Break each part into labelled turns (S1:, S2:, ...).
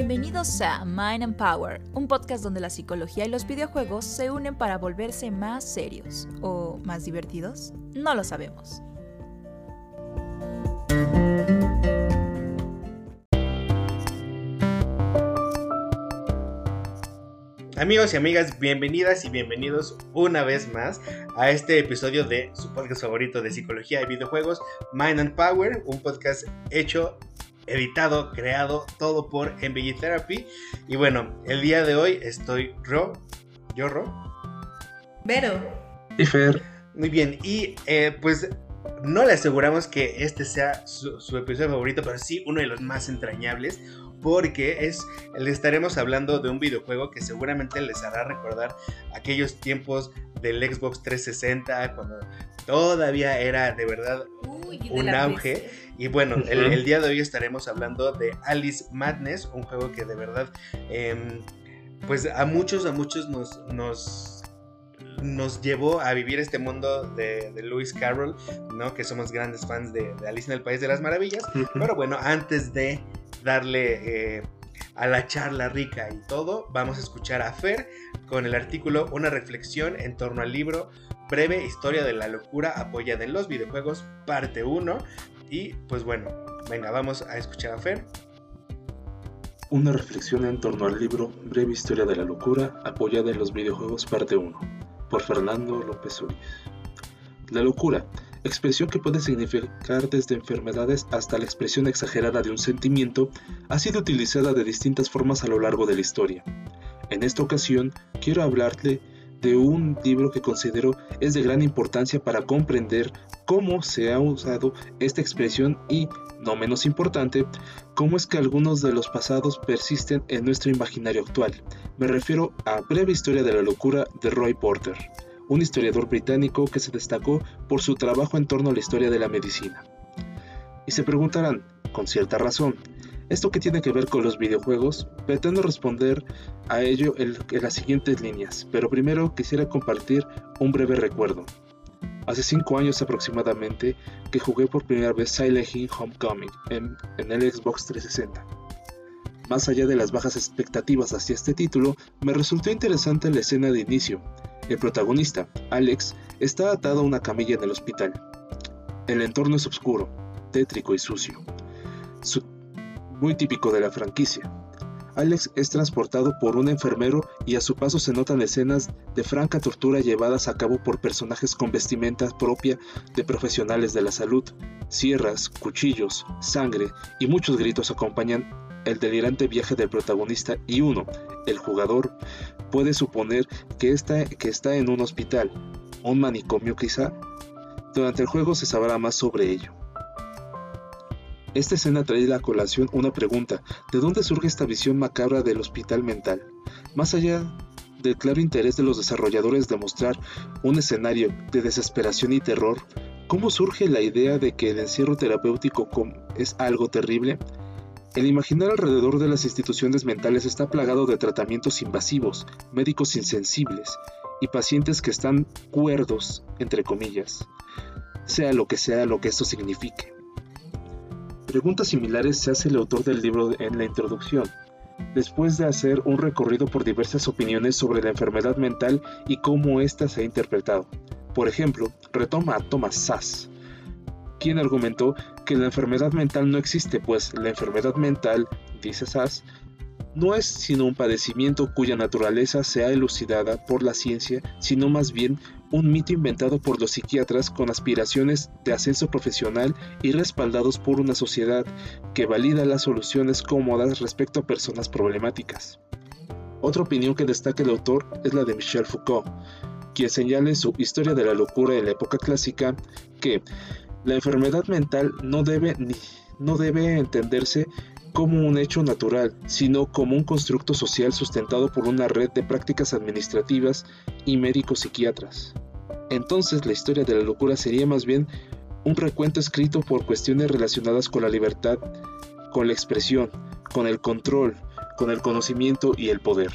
S1: Bienvenidos a Mind and Power, un podcast donde la psicología y los videojuegos se unen para volverse más serios o más divertidos. No lo sabemos.
S2: Amigos y amigas, bienvenidas y bienvenidos una vez más a este episodio de su podcast favorito de psicología y videojuegos, Mind and Power, un podcast hecho, editado, creado, todo por MBG Therapy. Y bueno, el día de hoy estoy Ro,
S3: Vero
S4: y Fer.
S2: Muy bien, y pues no le aseguramos que este sea su episodio favorito, pero sí uno de los más entrañables, porque le estaremos hablando de un videojuego que seguramente les hará recordar aquellos tiempos del Xbox 360, cuando todavía era de verdad un auge. Y bueno, el día de hoy estaremos hablando de Alice Madness, un juego que de verdad pues a muchos nos llevó a vivir este mundo de Lewis Carroll, ¿no? Que somos grandes fans de Alice en el País de las Maravillas. Pero bueno, antes de darle a la charla rica y todo, vamos a escuchar a Fer con el artículo Una reflexión en torno al libro Breve Historia de la Locura apoyada en los videojuegos, parte 1. Y pues bueno, venga, vamos a escuchar a Fer.
S4: Una reflexión en torno al libro Breve Historia de la Locura apoyada en los videojuegos, parte 1, por Fernando López Uriz. La locura, expresión que puede significar desde enfermedades hasta la expresión exagerada de un sentimiento, ha sido utilizada de distintas formas a lo largo de la historia. En esta ocasión, quiero hablarle de un libro que considero es de gran importancia para comprender cómo se ha usado esta expresión y, no menos importante, cómo es que algunos de los pasados persisten en nuestro imaginario actual. Me refiero a Breve Historia de la Locura de Roy Porter, un historiador británico que se destacó por su trabajo en torno a la historia de la medicina. Y se preguntarán, con cierta razón, ¿esto qué tiene que ver con los videojuegos? Pretendo responder a ello en las siguientes líneas, pero primero quisiera compartir un breve recuerdo. Hace 5 años aproximadamente que jugué por primera vez Silent Hill Homecoming en el Xbox 360. Más allá de las bajas expectativas hacia este título, me resultó interesante la escena de inicio. El protagonista, Alex, está atado a una camilla en el hospital. El entorno es oscuro, tétrico y sucio. Muy típico de la franquicia. Alex es transportado por un enfermero y a su paso se notan escenas de franca tortura llevadas a cabo por personajes con vestimenta propia de profesionales de la salud. Sierras, cuchillos, sangre y muchos gritos acompañan el delirante viaje del protagonista y uno, el jugador, puede suponer que está en un hospital, un manicomio quizá. Durante el juego se sabrá más sobre ello. Esta escena trae a colación una pregunta: ¿de dónde surge esta visión macabra del hospital mental? Más allá del claro interés de los desarrolladores de mostrar un escenario de desesperación y terror, ¿cómo surge la idea de que el encierro terapéutico es algo terrible? El imaginar alrededor de las instituciones mentales está plagado de tratamientos invasivos, médicos insensibles y pacientes que están cuerdos, entre comillas, sea lo que esto signifique. Preguntas similares se hace el autor del libro en la introducción, después de hacer un recorrido por diversas opiniones sobre la enfermedad mental y cómo ésta se ha interpretado. Por ejemplo, retoma a Thomas Szasz, quien argumentó que la enfermedad mental no existe, pues la enfermedad mental, dice Szasz, no es sino un padecimiento cuya naturaleza sea elucidada por la ciencia, sino más bien un mito inventado por los psiquiatras con aspiraciones de ascenso profesional y respaldados por una sociedad que valida las soluciones cómodas respecto a personas problemáticas. Otra opinión que destaca el autor es la de Michel Foucault, quien señala en su Historia de la Locura en la época clásica que la enfermedad mental no debe entenderse como un hecho natural, sino como un constructo social sustentado por una red de prácticas administrativas y médicos psiquiatras. Entonces, la historia de la locura sería más bien un recuento escrito por cuestiones relacionadas con la libertad, con la expresión, con el control, con el conocimiento y el poder.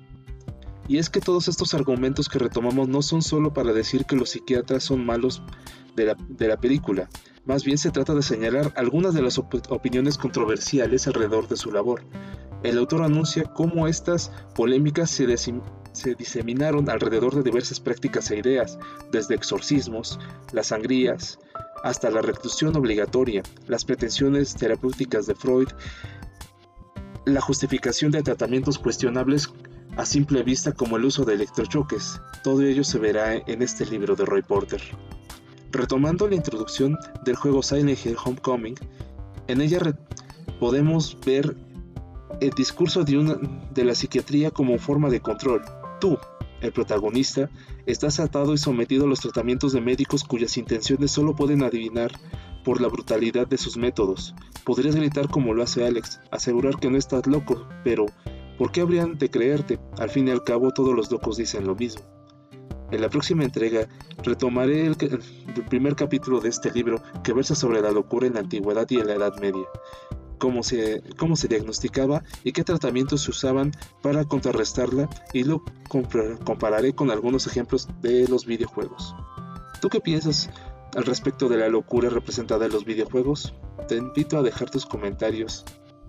S4: Y es que todos estos argumentos que retomamos no son solo para decir que los psiquiatras son malos de la película. Más bien se trata de señalar algunas de las opiniones controversiales alrededor de su labor. El autor anuncia cómo estas polémicas se diseminaron alrededor de diversas prácticas e ideas, desde exorcismos, las sangrías, hasta la reclusión obligatoria, las pretensiones terapéuticas de Freud, la justificación de tratamientos cuestionables a simple vista como el uso de electrochoques. Todo ello se verá en este libro de Roy Porter. Retomando la introducción del juego Silent Hill Homecoming, en ella podemos ver el discurso de la psiquiatría como forma de control. Tú, el protagonista, estás atado y sometido a los tratamientos de médicos cuyas intenciones solo pueden adivinar por la brutalidad de sus métodos. Podrías gritar como lo hace Alex, asegurar que no estás loco, pero ¿por qué habrían de creerte? Al fin y al cabo todos los locos dicen lo mismo. En la próxima entrega retomaré el primer capítulo de este libro que versa sobre la locura en la antigüedad y en la Edad Media. Cómo se diagnosticaba y qué tratamientos se usaban para contrarrestarla, y lo compararé con algunos ejemplos de los videojuegos. ¿Tú qué piensas al respecto de la locura representada en los videojuegos? Te invito a dejar tus comentarios.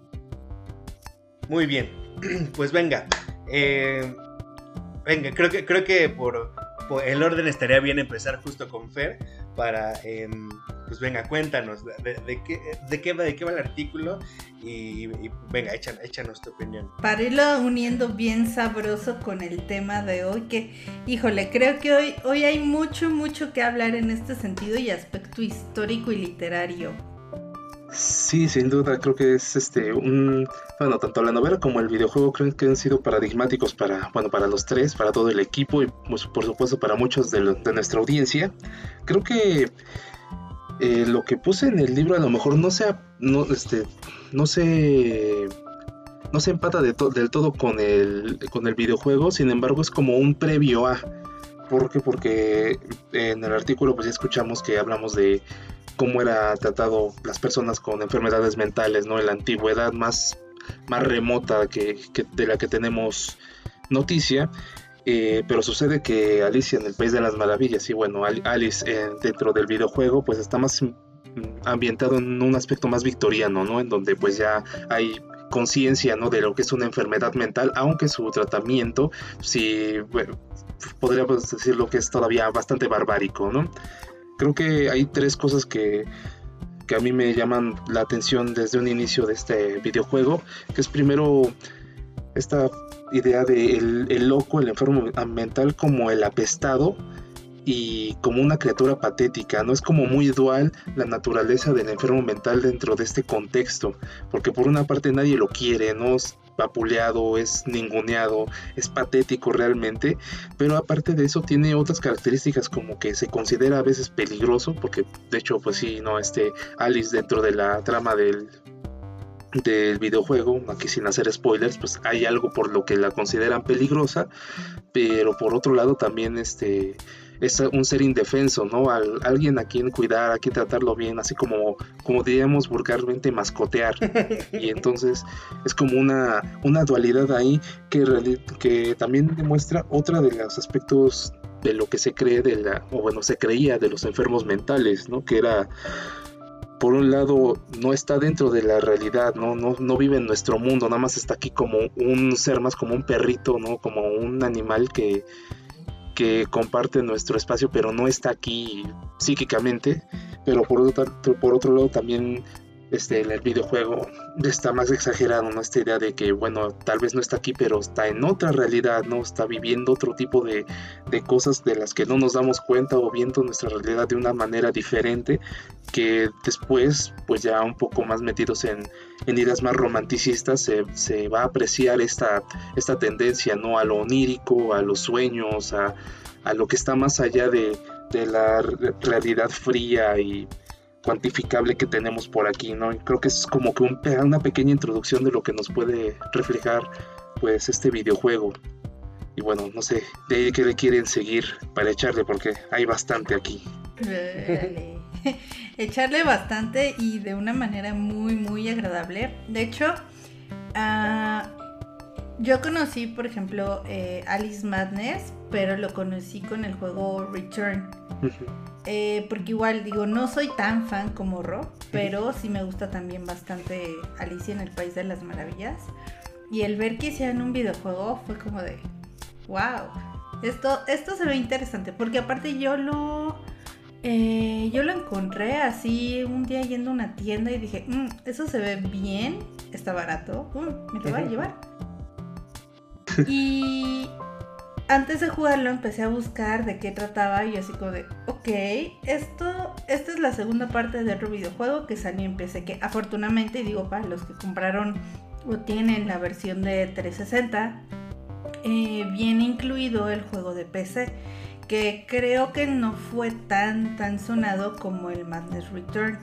S2: Muy bien, pues venga, creo que por el orden estaría bien empezar justo con Fer para, pues venga, cuéntanos de qué va el artículo y venga, échanos tu opinión.
S3: Para irlo uniendo bien sabroso con el tema de hoy, que, híjole, creo que hoy hay mucho que hablar en este sentido y aspecto histórico y literario.
S4: Sí, sin duda, creo que es bueno, tanto la novela como el videojuego creo que han sido paradigmáticos para los tres, para todo el equipo y pues, por supuesto para muchos de nuestra audiencia. Creo que lo que puse en el libro a lo mejor no se empata del todo con el videojuego, sin embargo es como un previo a. ¿Por qué? Porque en el artículo pues ya escuchamos que hablamos de cómo era tratado las personas con enfermedades mentales, ¿no? En la antigüedad más remota que de la que tenemos noticia, pero sucede que Alicia en el País de las Maravillas, y bueno, Alice dentro del videojuego pues está más ambientado en un aspecto más victoriano, ¿no? En donde pues ya hay conciencia, ¿no? De lo que es una enfermedad mental, aunque su tratamiento sí, bueno, podríamos decirlo que es todavía bastante barbárico, ¿no? Creo que hay tres cosas que a mí me llaman la atención desde un inicio de este videojuego, que es primero esta idea de el loco, el enfermo mental como el apestado y como una criatura patética, ¿no? Es como muy dual la naturaleza del enfermo mental dentro de este contexto, porque por una parte nadie lo quiere, ¿no? Es vapuleado, es ninguneado, es patético realmente, pero aparte de eso tiene otras características como que se considera a veces peligroso, porque de hecho pues sí, no, Alice dentro de la trama del videojuego, aquí sin hacer spoilers, pues hay algo por lo que la consideran peligrosa, pero por otro lado también es un ser indefenso, ¿no? Alguien a quien cuidar, a quien tratarlo bien, así como diríamos vulgarmente mascotear. Y entonces es como una dualidad ahí que también demuestra otra de los aspectos de lo que se cree se creía de los enfermos mentales, ¿no? Que era, por un lado, no está dentro de la realidad, no vive en nuestro mundo, nada más está aquí como un ser más, como un perrito, ¿no? Como un animal que comparte nuestro espacio, pero no está aquí psíquicamente. Pero por otro lado también en el videojuego está más exagerado, ¿no? Esta idea de que, bueno, tal vez no está aquí, pero está en otra realidad, ¿no? Está viviendo otro tipo de cosas de las que no nos damos cuenta, o viendo nuestra realidad de una manera diferente, que después, pues ya un poco más metidos en ideas más romanticistas, se va a apreciar esta tendencia, ¿no? A lo onírico, a los sueños, a lo que está más allá de la realidad fría y cuantificable que tenemos por aquí, ¿no? Y creo que es como que una pequeña introducción de lo que nos puede reflejar pues este videojuego. Y bueno, no sé de ahí qué le quieren seguir para echarle, porque hay bastante aquí.
S3: Echarle bastante y de una manera muy agradable. De hecho, yo conocí, por ejemplo, Alice Madness, pero lo conocí con el juego Return. Porque igual, digo, no soy tan fan como Ro, pero sí me gusta también bastante Alicia en el País de las Maravillas. Y el ver que hicieran un videojuego fue como de, wow, esto se ve interesante, porque aparte yo lo encontré así un día yendo a una tienda y dije, eso se ve bien, está barato, me lo voy a llevar. Y antes de jugarlo empecé a buscar de qué trataba y así como de, ok, esta es la segunda parte de otro videojuego que salió en PC, que afortunadamente, digo, para los que compraron o tienen la versión de 360, viene incluido el juego de PC, que creo que no fue tan sonado como el Madness Return.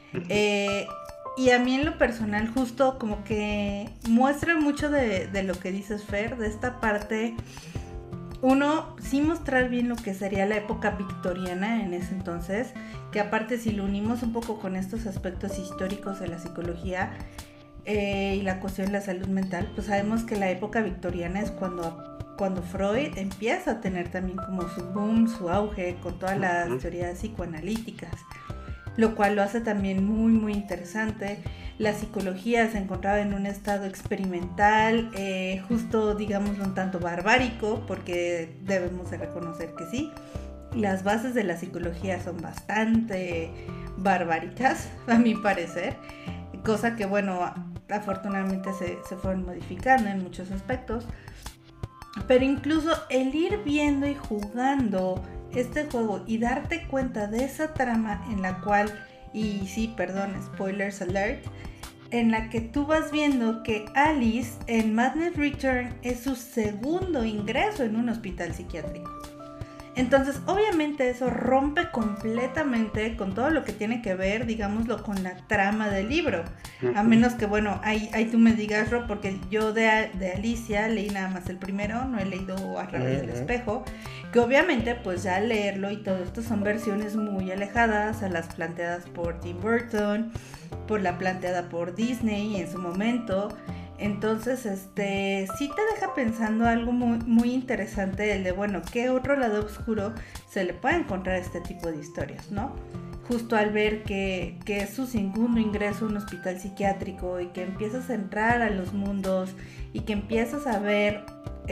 S3: Y a mí en lo personal justo como que muestra mucho de lo que dices, Fer, de esta parte. Uno, sí mostrar bien lo que sería la época victoriana en ese entonces, que aparte si lo unimos un poco con estos aspectos históricos de la psicología y la cuestión de la salud mental, pues sabemos que la época victoriana es cuando Freud empieza a tener también como su boom, su auge con todas las teorías psicoanalíticas, lo cual lo hace también muy muy interesante. La psicología se encontraba en un estado experimental, justo digámoslo un tanto barbárico, porque debemos de reconocer que sí, las bases de la psicología son bastante barbáricas, a mi parecer, cosa que bueno, afortunadamente se fueron modificando en muchos aspectos. Pero incluso el ir viendo y jugando este juego y darte cuenta de esa trama en la cual, y sí, perdón, spoilers alert, en la que tú vas viendo que Alice en Madness Return es su segundo ingreso en un hospital psiquiátrico. Entonces, obviamente eso rompe completamente con todo lo que tiene que ver, digámoslo, con la trama del libro. A menos que, bueno, ahí tú me digas, Ro, porque yo de Alicia leí nada más el primero, no he leído A través del espejo, que obviamente, pues ya al leerlo y todo esto son versiones muy alejadas a las planteadas por Tim Burton, por la planteada por Disney en su momento. Entonces, sí te deja pensando algo muy, muy interesante, el de, bueno, ¿qué otro lado oscuro se le puede encontrar a este tipo de historias, no? Justo al ver que es su segundo ingreso a un hospital psiquiátrico y que empiezas a entrar a los mundos y que empiezas a ver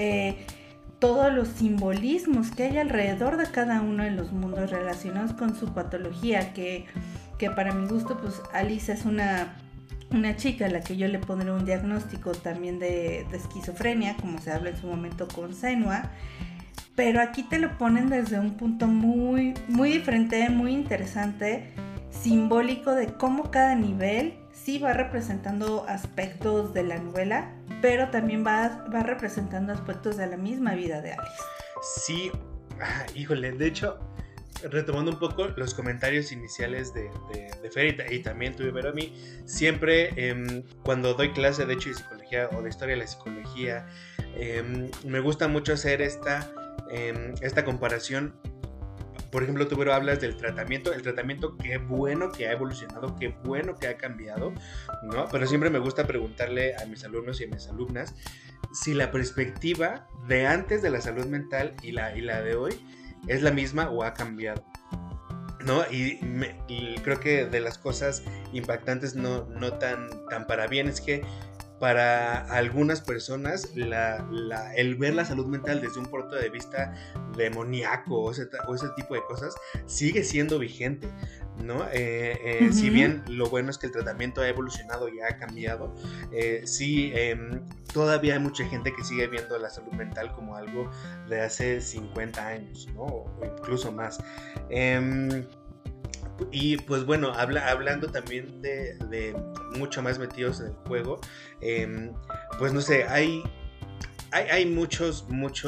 S3: todos los simbolismos que hay alrededor de cada uno de los mundos relacionados con su patología, que para mi gusto, pues Alice es una chica a la que yo le pondré un diagnóstico también de esquizofrenia, como se habla en su momento con Senua, pero aquí te lo ponen desde un punto muy, muy diferente, muy interesante, simbólico de cómo cada nivel sí va representando aspectos de la novela, pero también va representando aspectos de la misma vida de Alice.
S2: Sí, híjole, de hecho, retomando un poco los comentarios iniciales de Fer y también tu Ibero, a mí siempre cuando doy clase de hecho de psicología o de historia de la psicología, me gusta mucho hacer esta comparación. Por ejemplo, tú, Ibero, hablas del tratamiento. El tratamiento, qué bueno que ha evolucionado, qué bueno que ha cambiado, ¿no? Pero siempre me gusta preguntarle a mis alumnos y a mis alumnas si la perspectiva de antes de la salud mental y la de hoy es la misma o ha cambiado, ¿no? Y creo que de las cosas impactantes, no tan para bien, es que para algunas personas el ver la salud mental desde un punto de vista demoníaco o ese tipo de cosas sigue siendo vigente, ¿no? Si bien lo bueno es que el tratamiento ha evolucionado y ha cambiado, sí, todavía hay mucha gente que sigue viendo la salud mental como algo de hace 50 años, ¿no? O incluso más. Y pues bueno, hablando también de mucho más metidos en el juego, pues no sé, hay muchos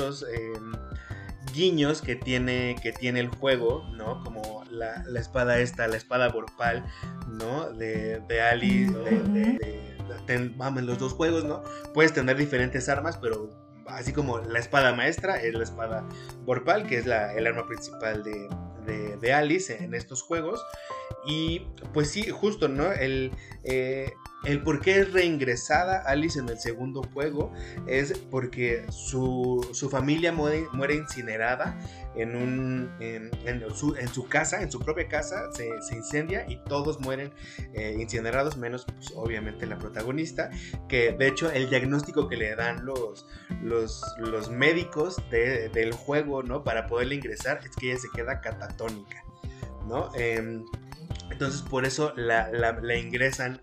S2: guiños que tiene el juego, ¿no? Como la espada la espada Vorpal, ¿no? De Alice, vamos, en los dos juegos, ¿no? Puedes tener diferentes armas, pero así como la espada maestra es la espada Vorpal, que es el arma principal de Alice en estos juegos. Y pues sí, justo, ¿no? el por qué es reingresada Alice en el segundo juego es porque su familia muere incinerada en su casa, en su propia casa, se incendia y todos mueren incinerados, menos pues, obviamente la protagonista, que de hecho el diagnóstico que le dan los médicos del juego, ¿no? Para poderle ingresar es que ella se queda catatónica, ¿no? Entonces por eso la ingresan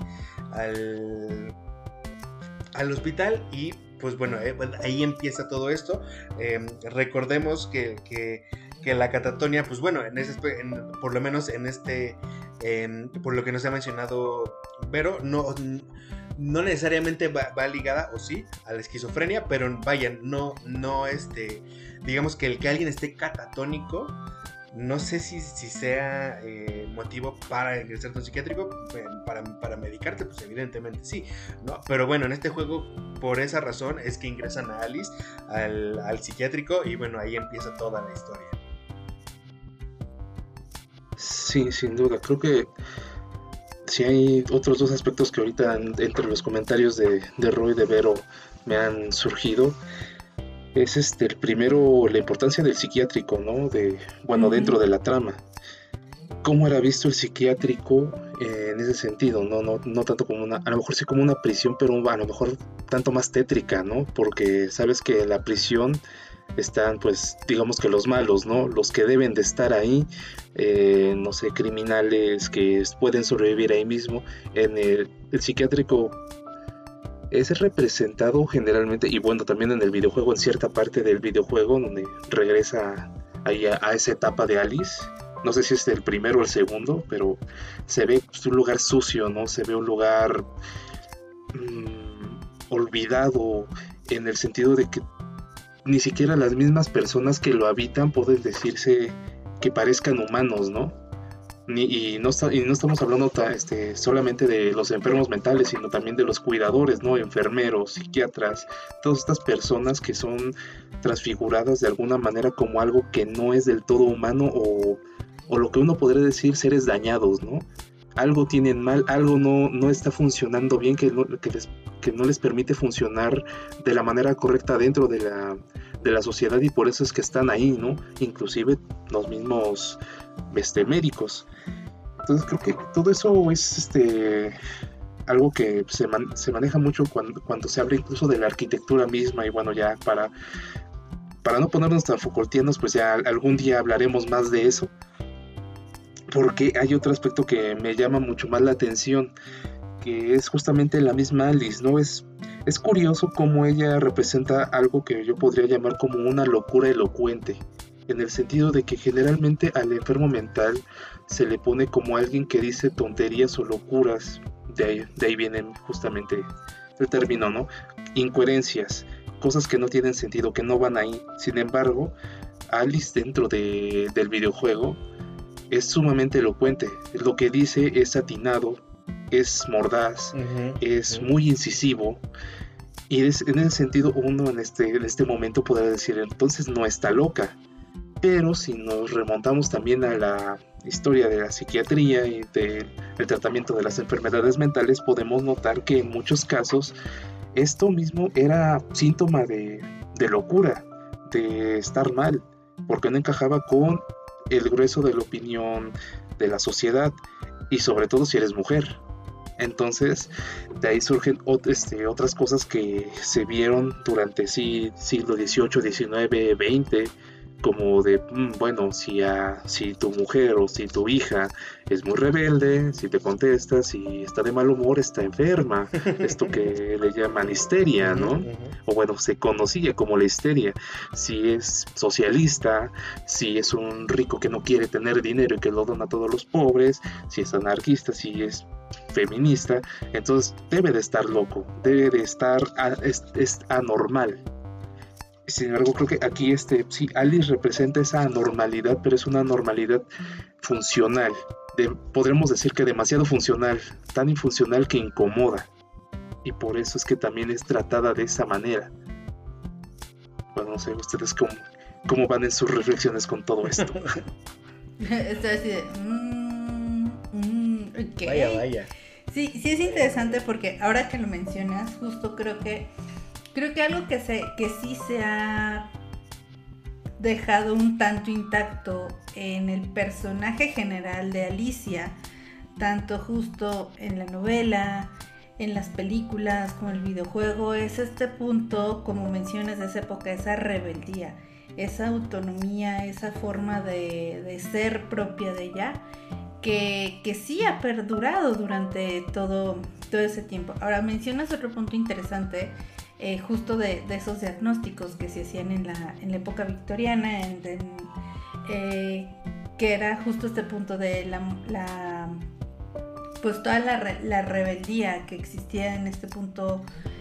S2: al hospital y pues bueno, ahí empieza todo esto. Recordemos que la catatonia, pues bueno, por lo menos en por lo que nos ha mencionado Vero, no necesariamente va ligada, o sí, a la esquizofrenia, pero vaya, no digamos que el que alguien esté catatónico, no sé si sea motivo para ingresar a un psiquiátrico, para medicarte, pues evidentemente sí, ¿no? Pero bueno, en este juego, por esa razón, es que ingresan a Alice al psiquiátrico y bueno, ahí empieza toda la historia.
S4: Sí, sin duda, creo que sí hay otros dos aspectos que ahorita entre los comentarios de Roy y de Vero me han surgido. Es el primero, la importancia del psiquiátrico, ¿no? Dentro de la trama. ¿Cómo era visto el psiquiátrico en ese sentido? No tanto como a lo mejor sí como una prisión, pero a lo mejor tanto más tétrica, ¿no? Porque sabes que en la prisión están, pues, digamos que los malos, ¿no? Los que deben de estar ahí, no sé, criminales que pueden sobrevivir ahí mismo. En el psiquiátrico es representado generalmente, y bueno, también en el videojuego, en cierta parte del videojuego, donde regresa ahí a esa etapa de Alice. No sé si es el primero o el segundo, pero se ve un lugar sucio, ¿no? Se ve un lugar olvidado, en el sentido de que ni siquiera las mismas personas que lo habitan pueden decirse que parezcan humanos, ¿no? Y no estamos hablando solamente de los enfermos mentales, sino también de los cuidadores, ¿no? Enfermeros, psiquiatras, todas estas personas que son transfiguradas de alguna manera como algo que no es del todo humano, o lo que uno podría decir seres dañados, ¿no? Algo tienen mal, algo no está funcionando bien, que no les permite funcionar de la manera correcta dentro de la sociedad, y por eso es que están ahí, ¿no? Inclusive los mismos médicos. Entonces creo que todo eso es algo que se maneja mucho cuando se habla incluso de la arquitectura misma. Y bueno, ya para no ponernos tan Foucaultianos, pues ya algún día hablaremos más de eso, porque hay otro aspecto que me llama mucho más la atención, que es justamente la misma Alice, ¿no? Es curioso cómo ella representa algo que yo podría llamar como una locura elocuente, en el sentido de que generalmente al enfermo mental se le pone como alguien que dice tonterías o locuras. De ahí viene justamente el término, ¿no? Incoherencias, cosas que no tienen sentido, que no van ahí. Sin embargo, Alice dentro del videojuego es sumamente elocuente. Lo que dice es atinado, es mordaz, es muy incisivo. Y en ese sentido uno en este momento podrá decir, entonces no está loca. Pero si nos remontamos también a la historia de la psiquiatría y del tratamiento de las enfermedades mentales, podemos notar que en muchos casos esto mismo era síntoma de locura, de estar mal, porque no encajaba con el grueso de la opinión de la sociedad, y sobre todo si eres mujer. Entonces de ahí surgen otras cosas que se vieron durante siglo XVIII, XIX, XX, como de, bueno, si tu mujer o si tu hija es muy rebelde, si te contesta, si está de mal humor, está enferma. Esto que le llaman histeria, ¿no? O bueno, se conocía como la histeria. Si es socialista, si es un rico que no quiere tener dinero y que lo dona a todos los pobres, si es anarquista, si es feminista, entonces debe de estar loco, debe de estar es anormal. Sin embargo, creo que aquí sí, Alice representa esa anormalidad, pero es una anormalidad funcional. Podremos decir que demasiado funcional, tan infuncional que incomoda. Y por eso es que también es tratada de esa manera. Bueno, no sé, ustedes cómo van en sus reflexiones con todo esto.
S3: Estoy así de... okay.
S2: Vaya.
S3: Sí es interesante porque ahora que lo mencionas, justo creo que algo que sí se ha dejado un tanto intacto en el personaje general de Alicia, tanto justo en la novela, en las películas, como el videojuego, es este punto, como mencionas, de esa época, esa rebeldía, esa autonomía, esa forma de ser propia de ella, que sí ha perdurado durante todo ese tiempo. Ahora mencionas otro punto interesante, justo de esos diagnósticos que se hacían en la época victoriana, que era justo este punto de pues toda la rebeldía que existía en este punto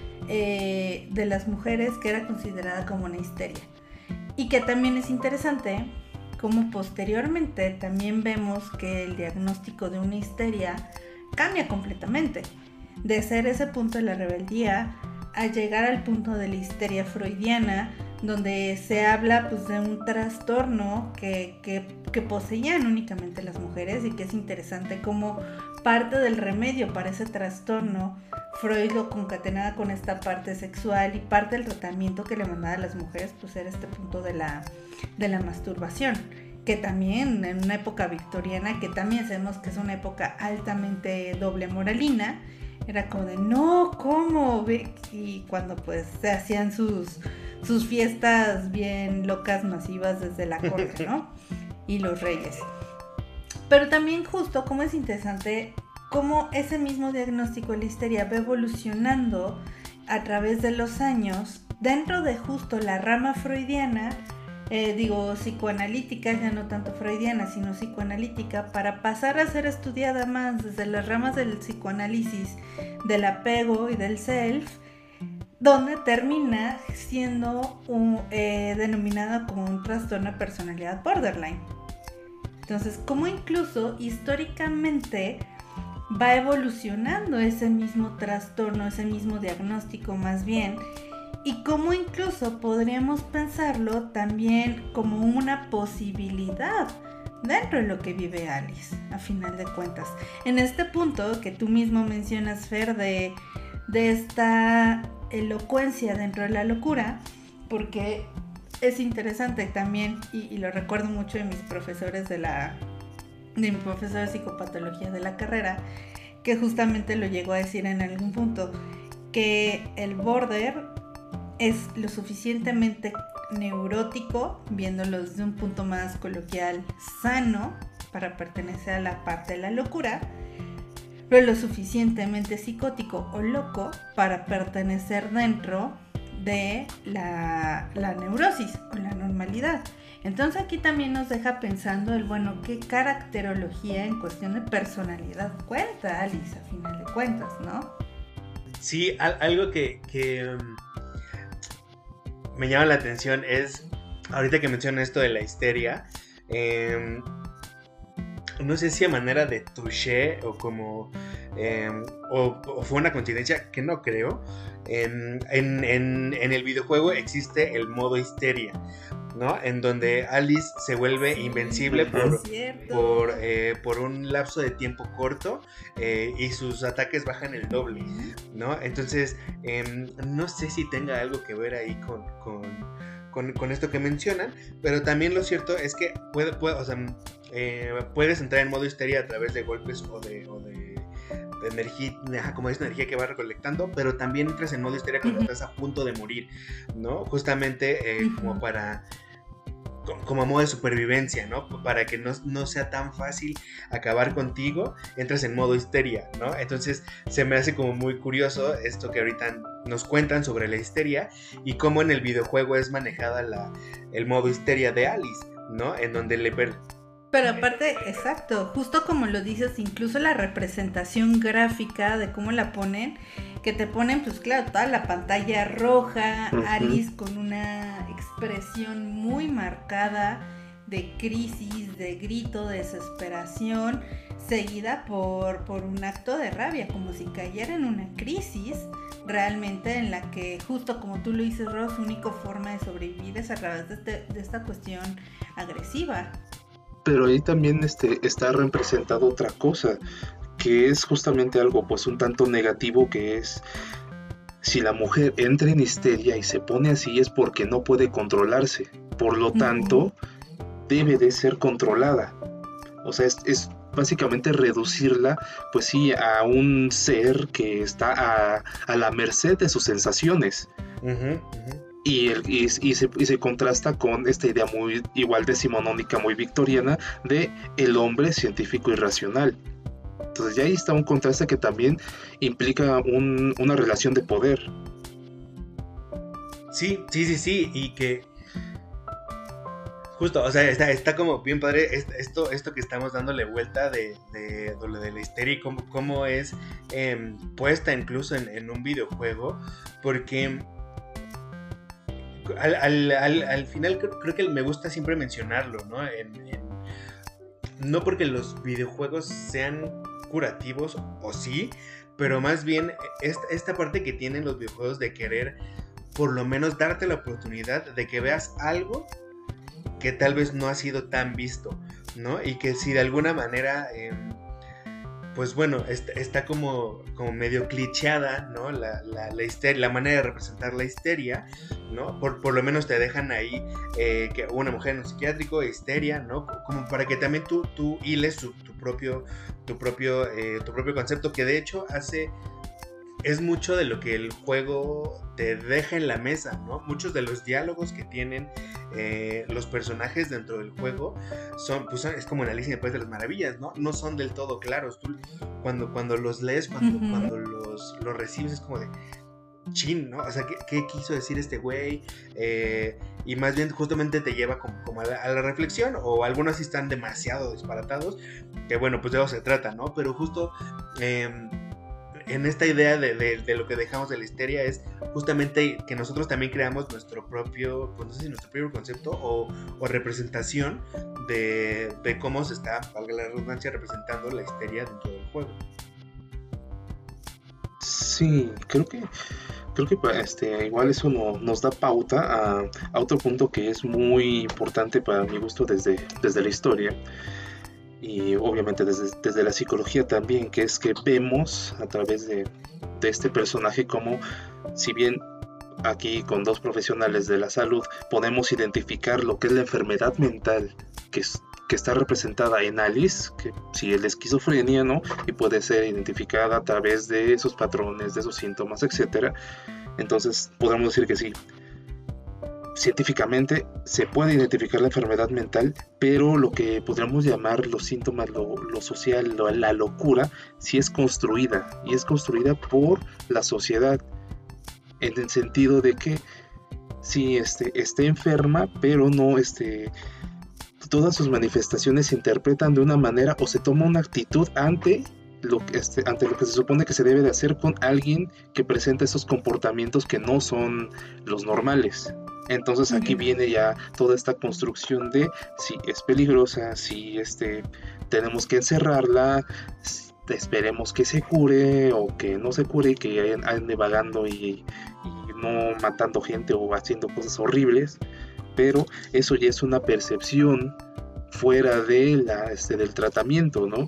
S3: de las mujeres, que era considerada como una histeria. Y que también es interesante como posteriormente también vemos que el diagnóstico de una histeria cambia completamente, de ser ese punto de la rebeldía a llegar al punto de la histeria freudiana, donde se habla pues de un trastorno que poseían únicamente las mujeres, y que es interesante como parte del remedio para ese trastorno Freud lo concatenaba con esta parte sexual, y parte del tratamiento que le mandaba a las mujeres pues era este punto de la masturbación, que también en una época victoriana, que también sabemos que es una época altamente doble moralina, era como de no, ¿cómo? Y cuando pues se hacían sus fiestas bien locas, masivas desde la corte, ¿no? Y los reyes. Pero también justo como es interesante cómo ese mismo diagnóstico de la histeria va evolucionando a través de los años dentro de justo la rama freudiana, psicoanalítica, ya no tanto freudiana, sino psicoanalítica, para pasar a ser estudiada más desde las ramas del psicoanálisis, del apego y del self, donde termina siendo denominada como un trastorno de personalidad borderline. Entonces, como incluso históricamente va evolucionando ese mismo trastorno, ese mismo diagnóstico más bien, y cómo incluso podríamos pensarlo también como una posibilidad dentro de lo que vive Alice, a final de cuentas. En este punto que tú mismo mencionas, Fer, de esta elocuencia dentro de la locura, porque es interesante también, y lo recuerdo mucho de mis profesores de mi profesor de psicopatología de la carrera, que justamente lo llegó a decir en algún punto, que el border es lo suficientemente neurótico, viéndolo desde un punto más coloquial, sano, para pertenecer a la parte de la locura, pero lo suficientemente psicótico o loco para pertenecer dentro de la neurosis o la normalidad. Entonces aquí también nos deja pensando qué caracterología en cuestión de personalidad cuenta Alice a final de cuentas, ¿no?
S2: Sí, algo que me llama la atención es, ahorita que menciona esto de la histeria, no sé si a manera de touché o como o fue una coincidencia, que no creo. En el videojuego existe el modo histeria, ¿no? En donde Alice se vuelve invencible por un lapso de tiempo corto, y sus ataques bajan el doble, ¿no? Entonces no sé si tenga algo que ver ahí con esto que mencionan, pero también lo cierto es que puedes entrar en modo histeria a través de golpes o de energía, como es energía que va recolectando, pero también entras en modo histeria cuando estás a punto de morir, ¿no? Justamente como a modo de supervivencia, ¿no? Para que no sea tan fácil acabar contigo, entras en modo histeria, ¿no? Entonces se me hace como muy curioso esto que ahorita nos cuentan sobre la histeria y cómo en el videojuego es manejada el modo histeria de Alice, ¿no? En donde
S3: Pero aparte, exacto, justo como lo dices, incluso la representación gráfica de cómo la ponen, que te ponen, pues claro, toda la pantalla roja, Alice con una expresión muy marcada de crisis, de grito, de desesperación, seguida por un acto de rabia, como si cayera en una crisis realmente en la que, justo como tú lo dices, Ross, su única forma de sobrevivir es a través de esta cuestión agresiva.
S4: Pero ahí también está representado otra cosa, que es justamente algo pues un tanto negativo, que es si la mujer entra en histeria y se pone así es porque no puede controlarse, por lo tanto debe de ser controlada. O sea, es básicamente reducirla, pues sí, a un ser que está a la merced de sus sensaciones. Y se contrasta con esta idea muy igual decimonónica, muy victoriana, de el hombre científico y racional. Entonces ya ahí está un contraste que también implica una relación de poder.
S2: Sí, y que justo, o sea, está como bien padre esto que estamos dándole vuelta de la histeria y cómo es puesta incluso en un videojuego, porque al final creo que me gusta siempre mencionarlo, ¿no? No porque los videojuegos sean curativos, o sí, pero más bien esta parte que tienen los videojuegos de querer por lo menos darte la oportunidad de que veas algo que tal vez no ha sido tan visto, ¿no? Y que si de alguna manera pues bueno, está como medio clicheada, ¿no? La histeria, la manera de representar la histeria, ¿no? Por lo menos te dejan ahí que una mujer en un psiquiátrico, histeria, ¿no? Como para que también tú hiles tu propio concepto, que de hecho es mucho de lo que el juego te deja en la mesa, ¿no? Muchos de los diálogos que tienen los personajes dentro del juego es como en Alicia en el País de las Maravillas, ¿no? No son del todo claros. Tú cuando los lees, cuando los recibes, es como de chin, ¿no? O sea, ¿qué quiso decir este güey? Y más bien justamente te lleva como a la reflexión, o algunos sí están demasiado disparatados, que bueno, pues de eso se trata, ¿no? Pero justo en esta idea de lo que dejamos de la histeria es justamente que nosotros también creamos nuestro propio, pues no sé si nuestro propio concepto o representación de cómo se está, valga la redundancia, representando la histeria dentro del juego.
S4: Sí, creo que igual eso nos da pauta a otro punto que es muy importante para mi gusto desde la historia. Y obviamente desde la psicología también, que es que vemos a través de este personaje como, si bien aquí con dos profesionales de la salud podemos identificar lo que es la enfermedad mental que está representada en Alice, que si es la esquizofrenia, ¿no? Y puede ser identificada a través de esos patrones, de esos síntomas, etcétera. Entonces podemos decir que sí, científicamente se puede identificar la enfermedad mental, pero lo que podríamos llamar los síntomas, lo social, la locura, sí es construida, y es construida por la sociedad, en el sentido de que sí esté enferma, pero no todas sus manifestaciones se interpretan de una manera o se toma una actitud ante lo que se supone que se debe de hacer con alguien que presenta esos comportamientos que no son los normales. Entonces aquí viene ya toda esta construcción de si es peligrosa, si tenemos que encerrarla, esperemos que se cure o que no se cure, que ande vagando y no matando gente o haciendo cosas horribles. Pero eso ya es una percepción fuera de del tratamiento, ¿no?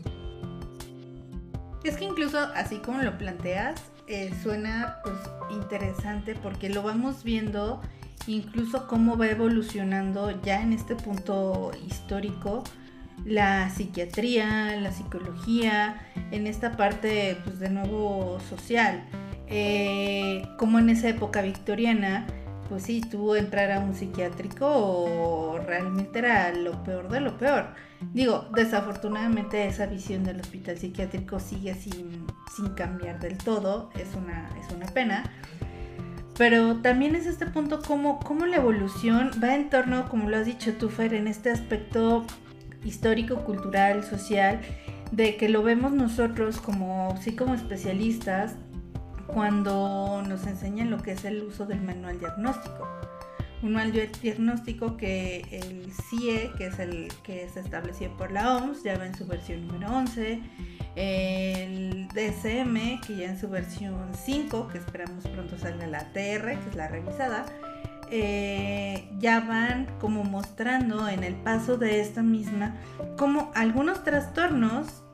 S3: Es que incluso así como lo planteas, suena pues interesante, porque lo vamos viendo incluso cómo va evolucionando ya en este punto histórico la psiquiatría, la psicología, en esta parte pues de nuevo social, como en esa época victoriana, pues sí, tú entrar a un psiquiátrico realmente era lo peor de lo peor. Digo, desafortunadamente esa visión del hospital psiquiátrico sigue sin cambiar del todo, es una pena. Pero también es este punto como la evolución va en torno, como lo has dicho tú, Fer, en este aspecto histórico, cultural, social, de que lo vemos nosotros como especialistas cuando nos enseñan lo que es el uso del manual diagnóstico. Un manual diagnóstico que el CIE, que es el que se estableció por la OMS, ya va en su versión número 11, el DSM, que ya en su versión 5, que esperamos pronto salga la TR, que es la revisada, ya van como mostrando en el paso de esta misma como algunos trastornos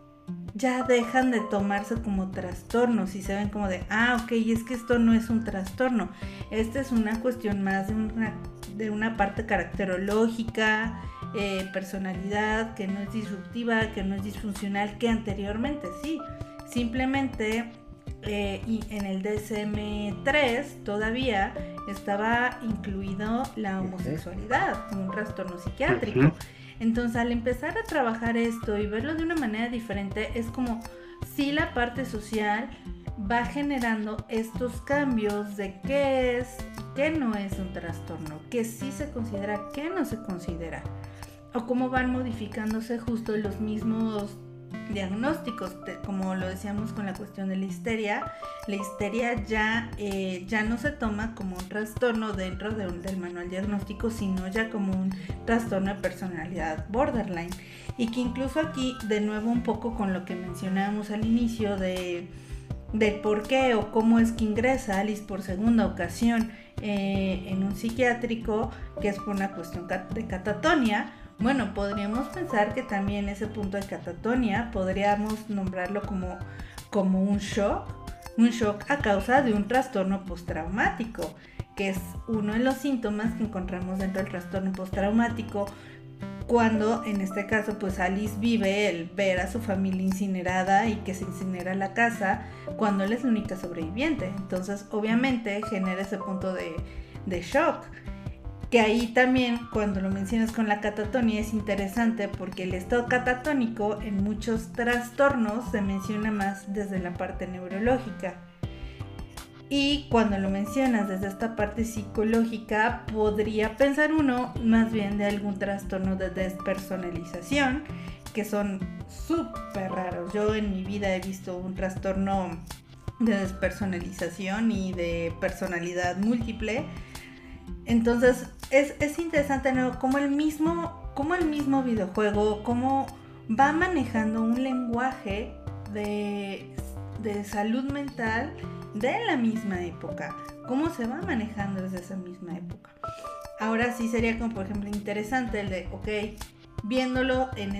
S3: ya dejan de tomarse como trastornos y se ven como de, ok, es que esto no es un trastorno, esta es una cuestión más de una parte caracterológica, personalidad, que no es disruptiva, que no es disfuncional, que anteriormente sí, simplemente y en el DSM-3 todavía estaba incluido la homosexualidad como un trastorno psiquiátrico. Entonces, al empezar a trabajar esto y verlo de una manera diferente, es como si la parte social va generando estos cambios de qué es y qué no es un trastorno, qué sí se considera, qué no se considera, o cómo van modificándose justo los mismos diagnósticos, como lo decíamos con la cuestión de la histeria ya no se toma como un trastorno dentro del manual diagnóstico, sino ya como un trastorno de personalidad borderline, y que incluso aquí de nuevo un poco con lo que mencionábamos al inicio del por qué o cómo es que ingresa Alice por segunda ocasión en un psiquiátrico, que es por una cuestión de catatonia. Bueno, podríamos pensar que también ese punto de catatonia podríamos nombrarlo como un shock a causa de un trastorno postraumático, que es uno de los síntomas que encontramos dentro del trastorno postraumático, cuando en este caso pues Alice vive el ver a su familia incinerada y que se incinera la casa cuando él es la única sobreviviente. Entonces obviamente genera ese punto de shock, que ahí también cuando lo mencionas con la catatonia es interesante porque el estado catatónico en muchos trastornos se menciona más desde la parte neurológica, y cuando lo mencionas desde esta parte psicológica podría pensar uno más bien de algún trastorno de despersonalización, que son súper raros. Yo en mi vida he visto un trastorno de despersonalización y de personalidad múltiple. Entonces es interesante, ¿no? Como el mismo videojuego, cómo va manejando un lenguaje de salud mental de la misma época, cómo se va manejando desde esa misma época. Ahora sí sería como por ejemplo interesante el de, viéndolo en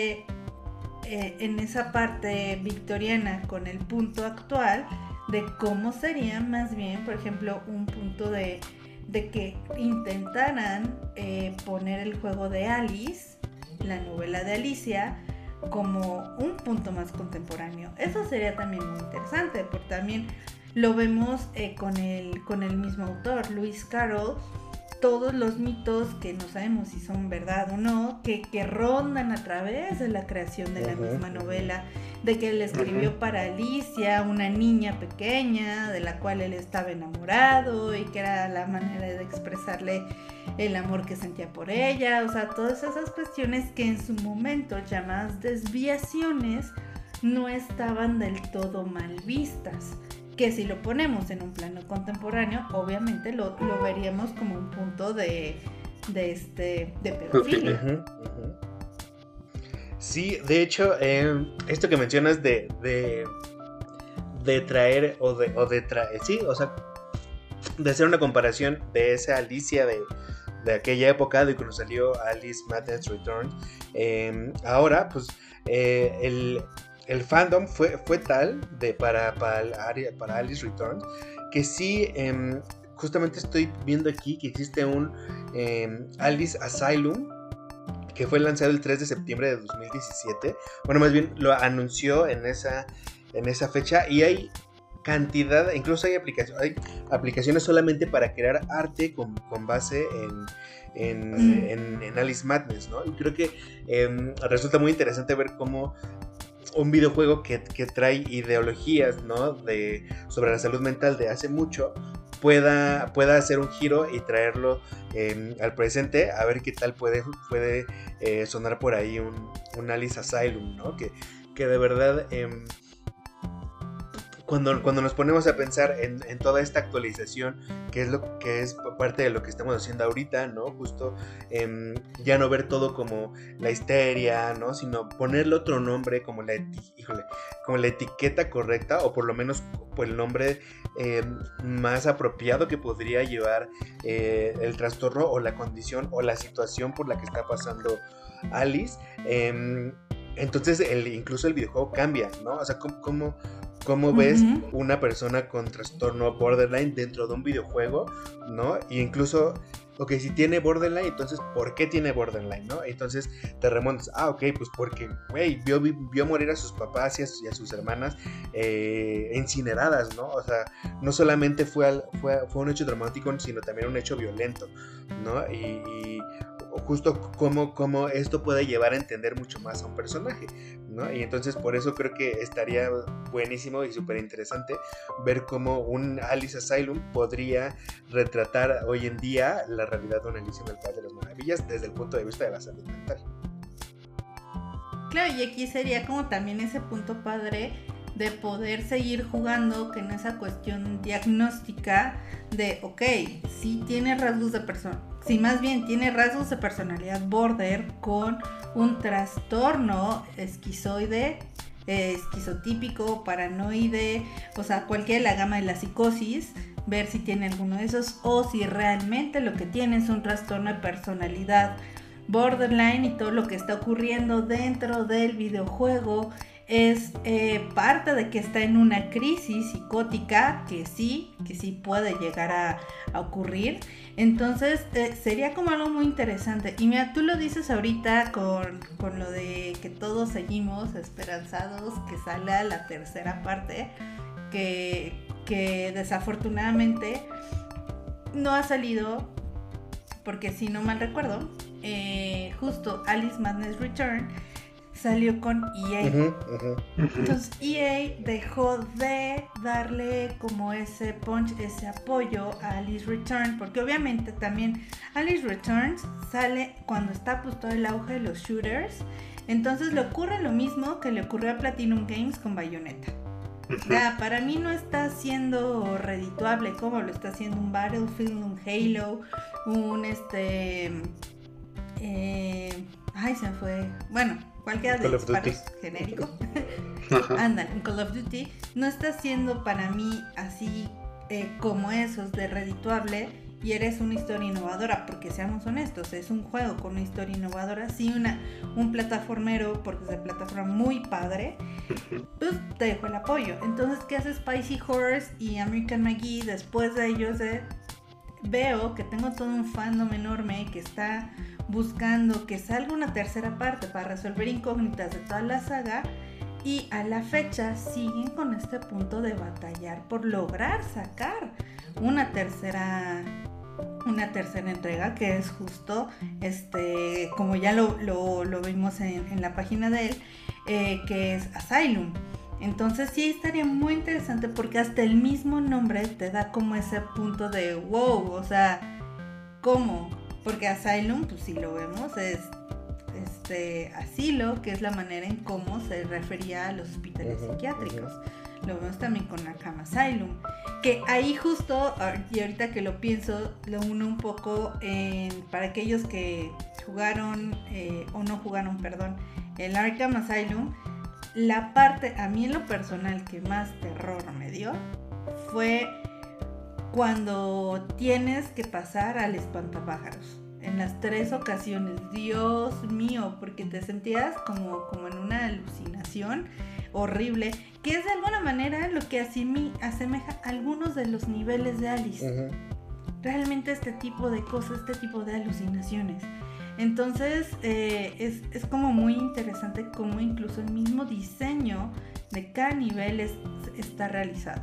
S3: esa parte victoriana con el punto actual, de cómo sería más bien, por ejemplo, un punto de que intentaran poner el juego de Alice, la novela de Alicia, como un punto más contemporáneo. Eso sería también muy interesante, porque también lo vemos con el mismo autor, Lewis Carroll, todos los mitos que no sabemos si son verdad o no, que rondan a través de la creación de la misma novela, de que él escribió para Alicia, una niña pequeña de la cual él estaba enamorado y que era la manera de expresarle el amor que sentía por ella. O sea, todas esas cuestiones que en su momento, llamadas desviaciones, no estaban del todo mal vistas, que si lo ponemos en un plano contemporáneo, obviamente lo veríamos como un punto de pedofilia.
S2: Sí, de hecho, esto que mencionas de traer de hacer una comparación de esa Alicia de aquella época, de cuando salió Alice Madness Returns, ahora pues el fandom fue tal para Alice Returns que sí, justamente estoy viendo aquí que existe un Alice Asylum que fue lanzado el 3 de septiembre de 2017. Bueno, más bien lo anunció en esa fecha, y hay cantidad, incluso hay aplicaciones solamente para crear arte con base en Alice Madness, ¿no? Y creo que resulta muy interesante ver cómo un videojuego que trae ideologías, ¿no? sobre la salud mental de hace mucho pueda hacer un giro y traerlo al presente, a ver qué tal puede sonar por ahí un Alice Asylum, ¿no? Que de verdad cuando nos ponemos a pensar en toda esta actualización, que es parte de lo que estamos haciendo ahorita, ¿no? Justo ya no ver todo como la histeria, ¿no? Sino ponerle otro nombre como la etiqueta correcta, o por lo menos por el nombre más apropiado que podría llevar el trastorno o la condición o la situación por la que está pasando Alice. entonces incluso el videojuego cambia, ¿no? O sea, ¿cómo ves una persona con trastorno borderline dentro de un videojuego, ¿no? Y incluso, ok, si tiene borderline, entonces, ¿por qué tiene borderline, no? Entonces te remontas, ok, pues porque, güey, vio morir a sus papás y a sus hermanas incineradas, ¿no? O sea, no solamente fue un hecho dramático, sino también un hecho violento, ¿no? Y justo cómo esto puede llevar a entender mucho más a un personaje, ¿no? Y entonces por eso creo que estaría buenísimo y súper interesante ver cómo un Alice Asylum podría retratar hoy en día la realidad de una Alicia en el País de las Maravillas desde el punto de vista de la salud mental.
S3: Claro, y aquí sería como también ese punto padre de poder seguir jugando que en esa cuestión diagnóstica de, ok, sí tiene rasgos de sí, más bien tiene rasgos de personalidad border con un trastorno esquizoide, esquizotípico, paranoide, o sea, cualquiera de la gama de la psicosis, ver si tiene alguno de esos o si realmente lo que tiene es un trastorno de personalidad borderline y todo lo que está ocurriendo dentro del videojuego es parte de que está en una crisis psicótica que sí puede llegar a ocurrir. Entonces sería como algo muy interesante. Y mira, tú lo dices ahorita con lo de que todos seguimos esperanzados que salga la tercera parte, que desafortunadamente no ha salido, porque si no mal recuerdo, justo Alice Madness Return salió con EA. Entonces EA dejó de darle como ese punch, ese apoyo a Alice Return, porque obviamente también Alice Returns sale cuando está pues todo el auge de los shooters. Entonces le ocurre lo mismo que le ocurrió a Platinum Games con Bayonetta. Para mí no está siendo redituable como lo está haciendo un Battlefield, un Halo, un se me fue. Bueno, cualquiera de disparos genérico. Ándale, un Call of Duty. No está siendo para mí así como esos de redituable y eres una historia innovadora, porque seamos honestos, es un juego con una historia innovadora, sí, un plataformero, porque es de plataforma muy padre, pues te dejo el apoyo. Entonces, ¿qué hace Spicy Horse y American McGee después de ellos? Veo que tengo todo un fandom enorme que está buscando que salga una tercera parte para resolver incógnitas de toda la saga, y a la fecha siguen con este punto de batallar por lograr sacar una tercera entrega, que es justo como ya lo vimos en la página de él, que es Asylum. Entonces sí estaría muy interesante, porque hasta el mismo nombre te da como ese punto de wow, o sea, ¿cómo? Porque Asylum, pues si lo vemos, es asilo, que es la manera en cómo se refería a los hospitales psiquiátricos. Lo vemos también con Arkham Asylum, que ahí justo, y ahorita que lo pienso, lo uno un poco para aquellos que jugaron o no jugaron, perdón, el Arkham Asylum. La parte, a mí en lo personal, que más terror me dio fue cuando tienes que pasar al espantapájaros. En las 3 ocasiones, Dios mío, porque te sentías como en una alucinación horrible, que es de alguna manera lo que asemeja algunos de los niveles de Alice. Realmente este tipo de cosas, este tipo de alucinaciones. Entonces es como muy interesante cómo incluso el mismo diseño de cada nivel está realizado.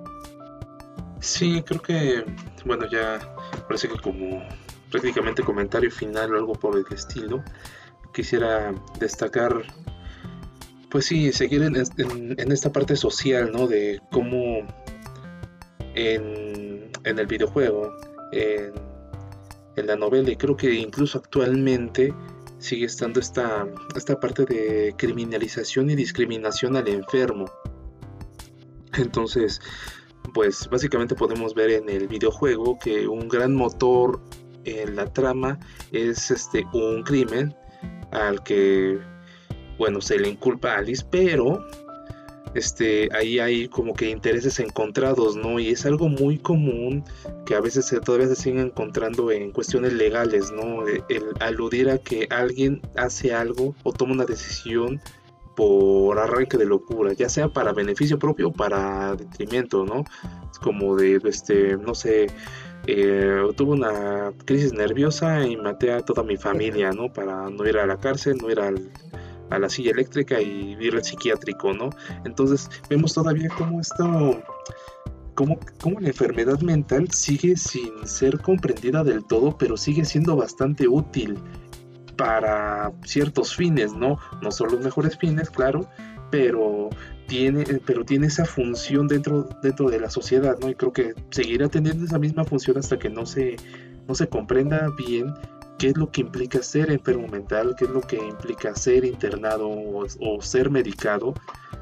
S4: Sí, creo que, bueno, ya parece que como prácticamente comentario final o algo por el estilo, quisiera destacar, pues sí, seguir en esta parte social, ¿no? De cómo en el videojuego, en la novela, y creo que incluso actualmente sigue estando esta parte de criminalización y discriminación al enfermo. Entonces, pues básicamente podemos ver en el videojuego que un gran motor en la trama es un crimen al que, bueno, se le inculpa a Alice, pero ahí hay como que intereses encontrados, ¿no? Y es algo muy común que a veces todavía se siguen encontrando en cuestiones legales, ¿no? El aludir a que alguien hace algo o toma una decisión por arranque de locura, ya sea para beneficio propio o para detrimento, ¿no? Es como de, no sé, tuve una crisis nerviosa y maté a toda mi familia, ¿no? Para no ir a la cárcel, no ir a la silla eléctrica y ir al psiquiátrico, ¿no? Entonces vemos todavía cómo esto, cómo la enfermedad mental sigue sin ser comprendida del todo, pero sigue siendo bastante útil para ciertos fines, ¿no? No son los mejores fines, claro, pero tiene esa función dentro de la sociedad, ¿no? Y creo que seguirá teniendo esa misma función hasta que no se comprenda bien qué es lo que implica ser enfermo mental, qué es lo que implica ser internado o ser medicado.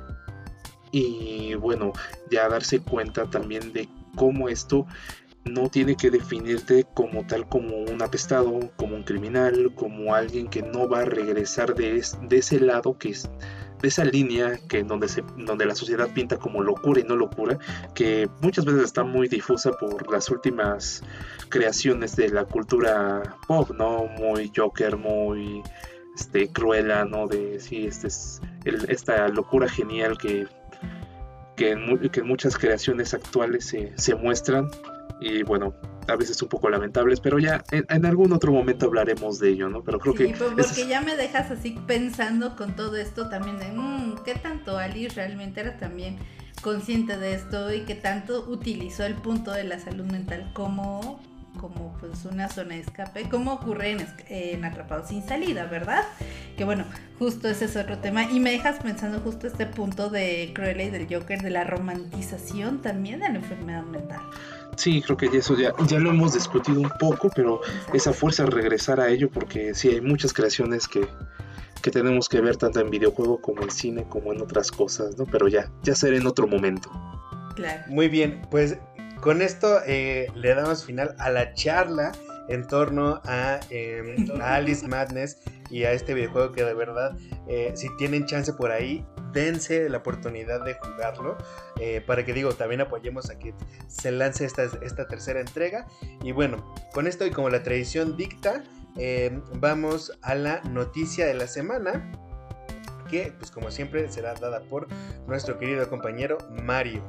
S4: Y bueno, ya darse cuenta también de cómo esto no tiene que definirte como tal, como un apestado, como un criminal, como alguien que no va a regresar de ese lado, que es de esa línea que donde la sociedad pinta como locura y no locura, que muchas veces está muy difusa por las últimas creaciones de la cultura pop, ¿no? Muy Joker, muy Cruella, ¿no? De sí, esta locura genial que en muchas creaciones actuales se muestran. Y bueno, a veces un poco lamentables, pero ya en algún otro momento hablaremos de ello, ¿no? Pero creo que...
S3: porque ya me dejas así pensando con todo esto también de, ¿qué tanto Alice realmente era también consciente de esto y qué tanto utilizó el punto de la salud mental como pues una zona de escape, como ocurre en Atrapados sin salida, ¿verdad? Que bueno, justo ese es otro tema y me dejas pensando justo este punto de Cruella y del Joker, de la romantización también de la enfermedad mental.
S4: Sí, creo que eso ya lo hemos discutido un poco, pero esa fuerza a regresar a ello, porque sí hay muchas creaciones que tenemos que ver tanto en videojuego como en cine, como en otras cosas, ¿no? Pero ya será en otro momento.
S3: Claro.
S2: Muy bien, pues con esto le damos final a la charla en torno a Alice Madness y a este videojuego que de verdad, si tienen chance por ahí, dense la oportunidad de jugarlo, para que también apoyemos a que se lance esta tercera entrega. Y bueno, con esto y como la tradición dicta, vamos a la noticia de la semana, que pues como siempre será dada por nuestro querido compañero Mario.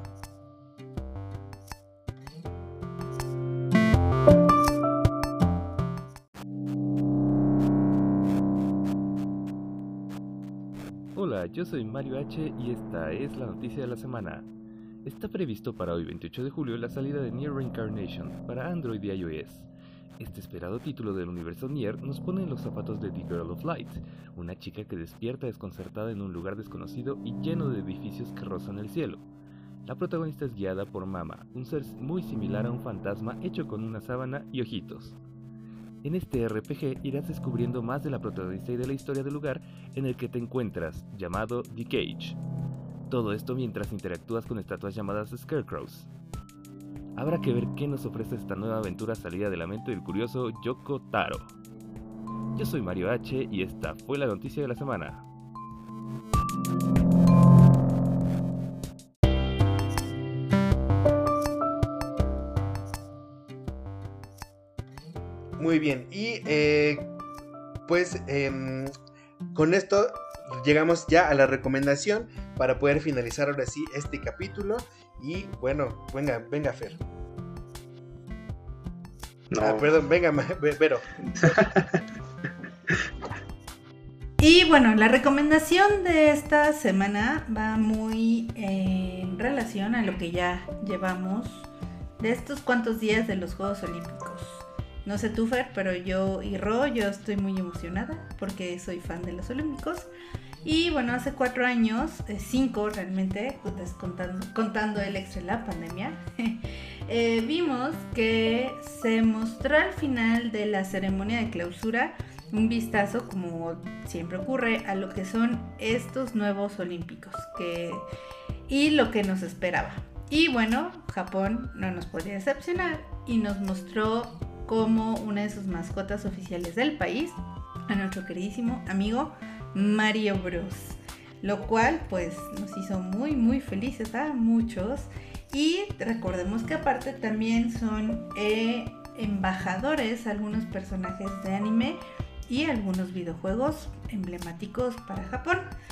S5: Hola, yo soy Mario H y esta es la noticia de la semana. Está previsto para hoy 28 de julio la salida de Nier Reincarnation para Android y iOS. Este esperado título del universo Nier nos pone en los zapatos de The Girl of Light, una chica que despierta desconcertada en un lugar desconocido y lleno de edificios que rozan el cielo. La protagonista es guiada por Mama, un ser muy similar a un fantasma hecho con una sábana y ojitos. En este RPG irás descubriendo más de la protagonista y de la historia del lugar en el que te encuentras, llamado The Cage. Todo esto mientras interactúas con estatuas llamadas Scarecrows. Habrá que ver qué nos ofrece esta nueva aventura salida de la mente del curioso Yoko Taro. Yo soy Mario H y esta fue la noticia de la semana.
S2: Muy bien, y con esto llegamos ya a la recomendación para poder finalizar ahora sí este capítulo. Y bueno, venga Fer.
S4: No.
S2: Perdón, venga Vero.
S3: Y bueno, la recomendación de esta semana va muy en relación a lo que ya llevamos de estos cuantos días de los Juegos Olímpicos. No sé tú, Fer, pero yo estoy muy emocionada porque soy fan de los Olímpicos. Y bueno, hace 4 años, 5 realmente, pues, contando el extra de la pandemia, vimos que se mostró al final de la ceremonia de clausura un vistazo, como siempre ocurre, a lo que son estos nuevos Olímpicos y lo que nos esperaba. Y bueno, Japón no nos podía decepcionar y nos mostró como una de sus mascotas oficiales del país a nuestro queridísimo amigo Mario Bros, lo cual pues nos hizo muy muy felices a muchos. Y recordemos que aparte también son embajadores algunos personajes de anime y algunos videojuegos emblemáticos para Japón.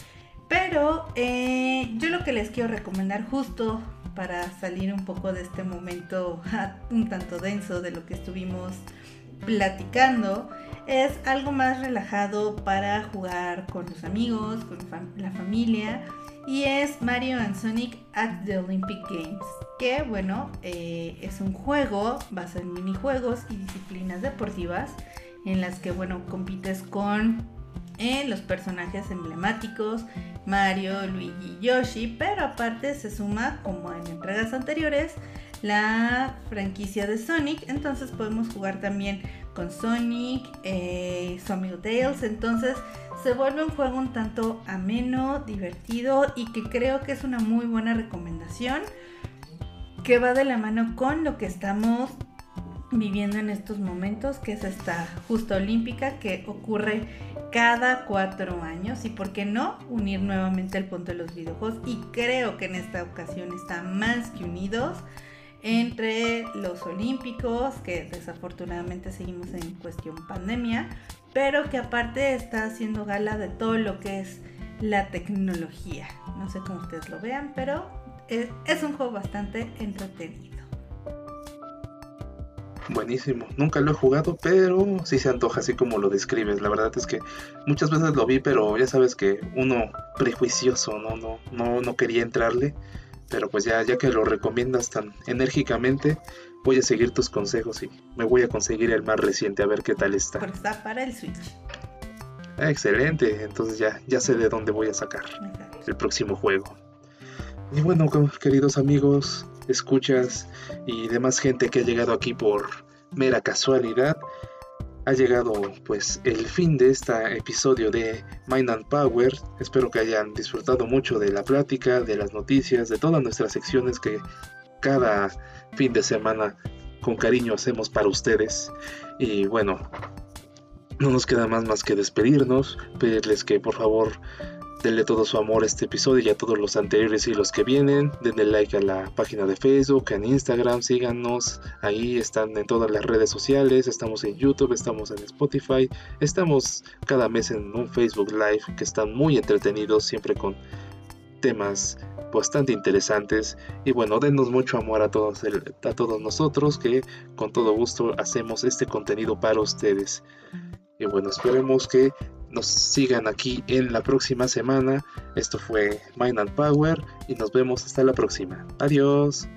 S3: Pero yo lo que les quiero recomendar justo para salir un poco de este momento un tanto denso de lo que estuvimos platicando es algo más relajado para jugar con los amigos, con la familia, y es Mario and Sonic at the Olympic Games, que bueno, es un juego basado en minijuegos y disciplinas deportivas en las que bueno, compites con los personajes emblemáticos Mario, Luigi y Yoshi, pero aparte se suma, como en entregas anteriores, la franquicia de Sonic. Entonces podemos jugar también con Sonic, su amigo Tails. Entonces se vuelve un juego un tanto ameno, divertido, y que creo que es una muy buena recomendación que va de la mano con lo que estamos viviendo en estos momentos, que es esta justa olímpica que ocurre cada 4 años, y por qué no unir nuevamente el punto de los videojuegos. Y creo que en esta ocasión está más que unidos entre los olímpicos, que desafortunadamente seguimos en cuestión pandemia, pero que aparte está haciendo gala de todo lo que es la tecnología. No sé cómo ustedes lo vean, pero es un juego bastante entretenido.
S4: Buenísimo, nunca lo he jugado, pero sí se antoja así como lo describes. La verdad es que muchas veces lo vi, pero ya sabes que uno prejuicioso no quería entrarle. Pero pues ya que lo recomiendas tan enérgicamente, voy a seguir tus consejos y me voy a conseguir el más reciente a ver qué tal está.
S3: Porque está para el Switch.
S4: Excelente, entonces ya sé de dónde voy a sacar el próximo juego. Y bueno, queridos amigos, escuchas y demás gente que ha llegado aquí por mera casualidad, ha llegado pues el fin de este episodio de Mind and Power. Espero que hayan disfrutado mucho de la plática, de las noticias, de todas nuestras secciones que cada fin de semana con cariño hacemos para ustedes. Y bueno, no nos queda más que despedirnos, pedirles que por favor denle todo su amor a este episodio y a todos los anteriores y los que vienen. Denle like a la página de Facebook, en Instagram, síganos, ahí están en todas las redes sociales, estamos en YouTube, estamos en Spotify, estamos cada mes en un Facebook Live que están muy entretenidos, siempre con temas bastante interesantes. Y bueno, denos mucho amor a todos nosotros, que con todo gusto hacemos este contenido para ustedes. Y bueno, esperemos que nos sigan aquí en la próxima semana. Esto fue Mind and Power y nos vemos hasta la próxima. Adiós.